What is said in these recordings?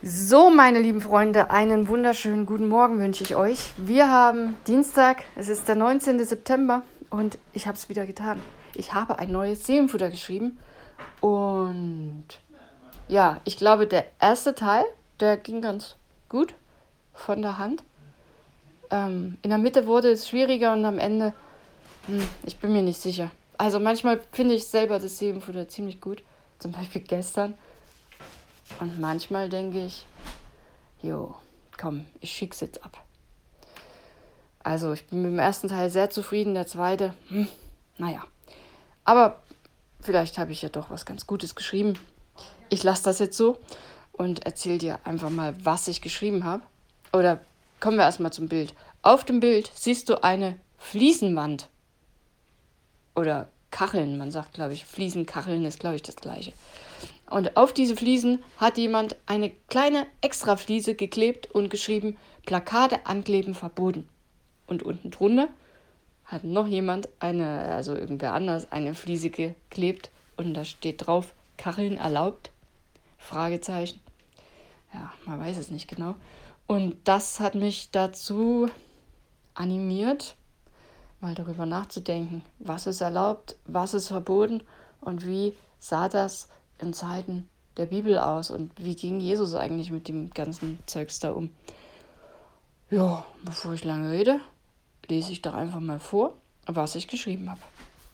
So, meine lieben Freunde, einen wunderschönen guten Morgen wünsche ich euch. Wir haben Dienstag, es ist der 19. September und ich habe es wieder getan. Ich habe ein neues Seelenfutter geschrieben und ja, ich glaube, der erste Teil, der ging ganz gut von der Hand. In der Mitte wurde es schwieriger und am Ende, ich bin mir nicht sicher. Also manchmal finde ich selber das Seelenfutter ziemlich gut, zum Beispiel gestern. Und manchmal denke ich, jo, komm, ich schick's jetzt ab. Also ich bin mit dem ersten Teil sehr zufrieden, der zweite, naja. Aber vielleicht habe ich ja doch was ganz Gutes geschrieben. Ich lasse das jetzt so und erzähle dir einfach mal, was ich geschrieben habe. Oder kommen wir erstmal zum Bild. Auf dem Bild siehst du eine Fliesenwand. Oder Kacheln, man sagt, glaube ich, Fliesen, Kacheln ist, glaube ich, das Gleiche. Und auf diese Fliesen hat jemand eine kleine Extrafliese geklebt und geschrieben, Plakate ankleben verboten. Und unten drunter hat noch jemand irgendwer anders, eine Fliese geklebt und da steht drauf, Kacheln erlaubt? Fragezeichen. Ja, man weiß es nicht genau. Und das hat mich dazu animiert, mal darüber nachzudenken, was ist erlaubt, was ist verboten und wie sah das in Zeiten der Bibel aus und wie ging Jesus eigentlich mit dem ganzen Zeugs da um. Ja, bevor ich lange rede, lese ich doch einfach mal vor, was ich geschrieben habe.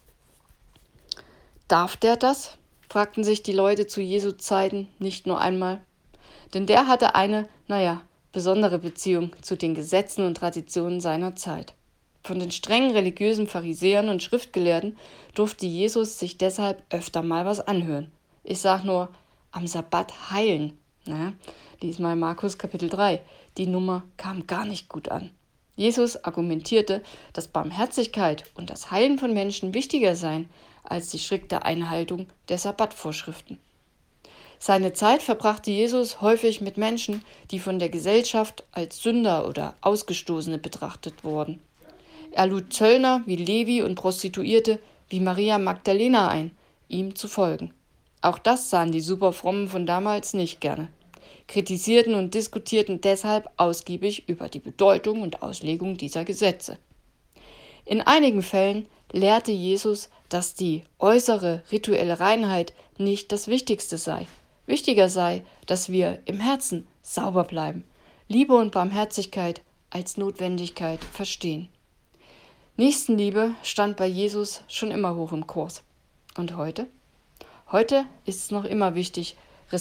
Darf der das? Fragten sich die Leute zu Jesu Zeiten nicht nur einmal. Denn der hatte eine, besondere Beziehung zu den Gesetzen und Traditionen seiner Zeit. Von den strengen religiösen Pharisäern und Schriftgelehrten durfte Jesus sich deshalb öfter mal was anhören. Ich sag nur, am Sabbat heilen. Lies mal Markus Kapitel 3. Die Nummer kam gar nicht gut an. Jesus argumentierte, dass Barmherzigkeit und das Heilen von Menschen wichtiger seien als die strikte Einhaltung der Sabbatvorschriften. Seine Zeit verbrachte Jesus häufig mit Menschen, die von der Gesellschaft als Sünder oder Ausgestoßene betrachtet wurden. Er lud Zöllner wie Levi und Prostituierte wie Maria Magdalena ein, ihm zu folgen. Auch das sahen die Superfrommen von damals nicht gerne, kritisierten und diskutierten deshalb ausgiebig über die Bedeutung und Auslegung dieser Gesetze. In einigen Fällen lehrte Jesus, dass die äußere rituelle Reinheit nicht das Wichtigste sei. Wichtiger sei, dass wir im Herzen sauber bleiben, Liebe und Barmherzigkeit als Notwendigkeit verstehen. Nächstenliebe stand bei Jesus schon immer hoch im Kurs. Und heute? Heute ist es noch immer wichtig,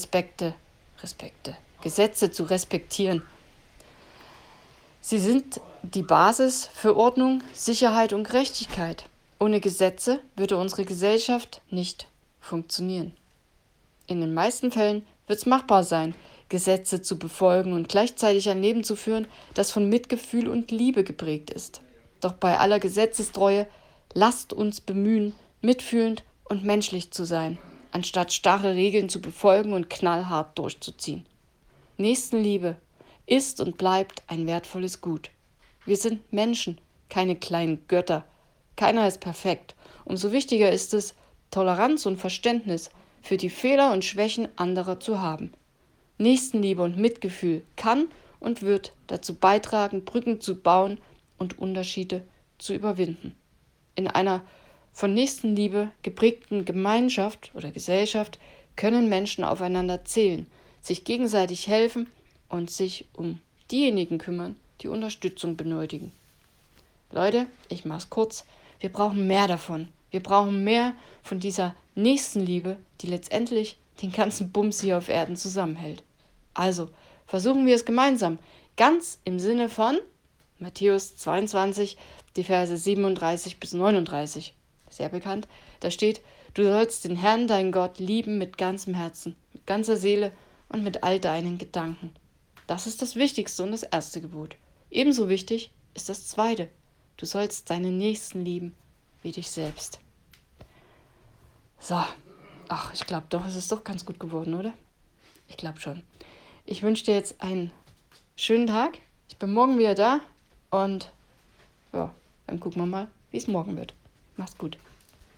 Gesetze zu respektieren. Sie sind die Basis für Ordnung, Sicherheit und Gerechtigkeit. Ohne Gesetze würde unsere Gesellschaft nicht funktionieren. In den meisten Fällen wird es machbar sein, Gesetze zu befolgen und gleichzeitig ein Leben zu führen, das von Mitgefühl und Liebe geprägt ist. Doch bei aller Gesetzestreue lasst uns bemühen, mitfühlend und menschlich zu sein, anstatt starre Regeln zu befolgen und knallhart durchzuziehen. Nächstenliebe ist und bleibt ein wertvolles Gut. Wir sind Menschen, keine kleinen Götter. Keiner ist perfekt. Umso wichtiger ist es, Toleranz und Verständnis für die Fehler und Schwächen anderer zu haben. Nächstenliebe und Mitgefühl kann und wird dazu beitragen, Brücken zu bauen und Unterschiede zu überwinden. In einer von Nächstenliebe geprägten Gemeinschaft oder Gesellschaft können Menschen aufeinander zählen, sich gegenseitig helfen und sich um diejenigen kümmern, die Unterstützung benötigen. Leute, ich mach's kurz, wir brauchen mehr davon. Wir brauchen mehr von dieser Nächstenliebe, die letztendlich den ganzen Bums hier auf Erden zusammenhält. Also, versuchen wir es gemeinsam, ganz im Sinne von Matthäus 22, die Verse 37 bis 39. Sehr bekannt. Da steht, du sollst den Herrn, deinen Gott, lieben mit ganzem Herzen, mit ganzer Seele und mit all deinen Gedanken. Das ist das Wichtigste und das erste Gebot. Ebenso wichtig ist das zweite. Du sollst deinen Nächsten lieben wie dich selbst. So, ich glaube doch, es ist doch ganz gut geworden, oder? Ich glaube schon. Ich wünsche dir jetzt einen schönen Tag. Ich bin morgen wieder da und dann gucken wir mal, wie es morgen wird. Mach's gut.